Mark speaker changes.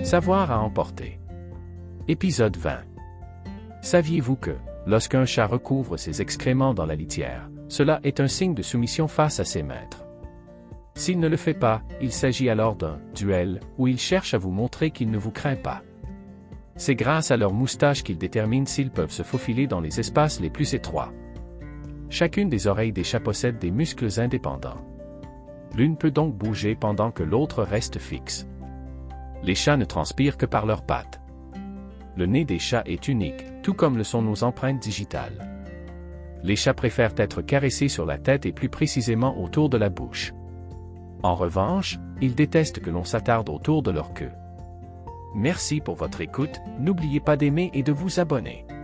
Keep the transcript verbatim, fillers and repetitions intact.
Speaker 1: Savoir à emporter. Épisode vingt. Saviez-vous que, lorsqu'un chat recouvre ses excréments dans la litière, cela est un signe de soumission face à ses maîtres? S'il ne le fait pas, il s'agit alors d'un duel, où il cherche à vous montrer qu'il ne vous craint pas. C'est grâce à leur moustache qu'ils déterminent s'ils peuvent se faufiler dans les espaces les plus étroits. Chacune des oreilles des chats possède des muscles indépendants. L'une peut donc bouger pendant que l'autre reste fixe. Les chats ne transpirent que par leurs pattes. Le nez des chats est unique, tout comme le sont nos empreintes digitales. Les chats préfèrent être caressés sur la tête et plus précisément autour de la bouche. En revanche, ils détestent que l'on s'attarde autour de leur queue. Merci pour votre écoute, n'oubliez pas d'aimer et de vous abonner.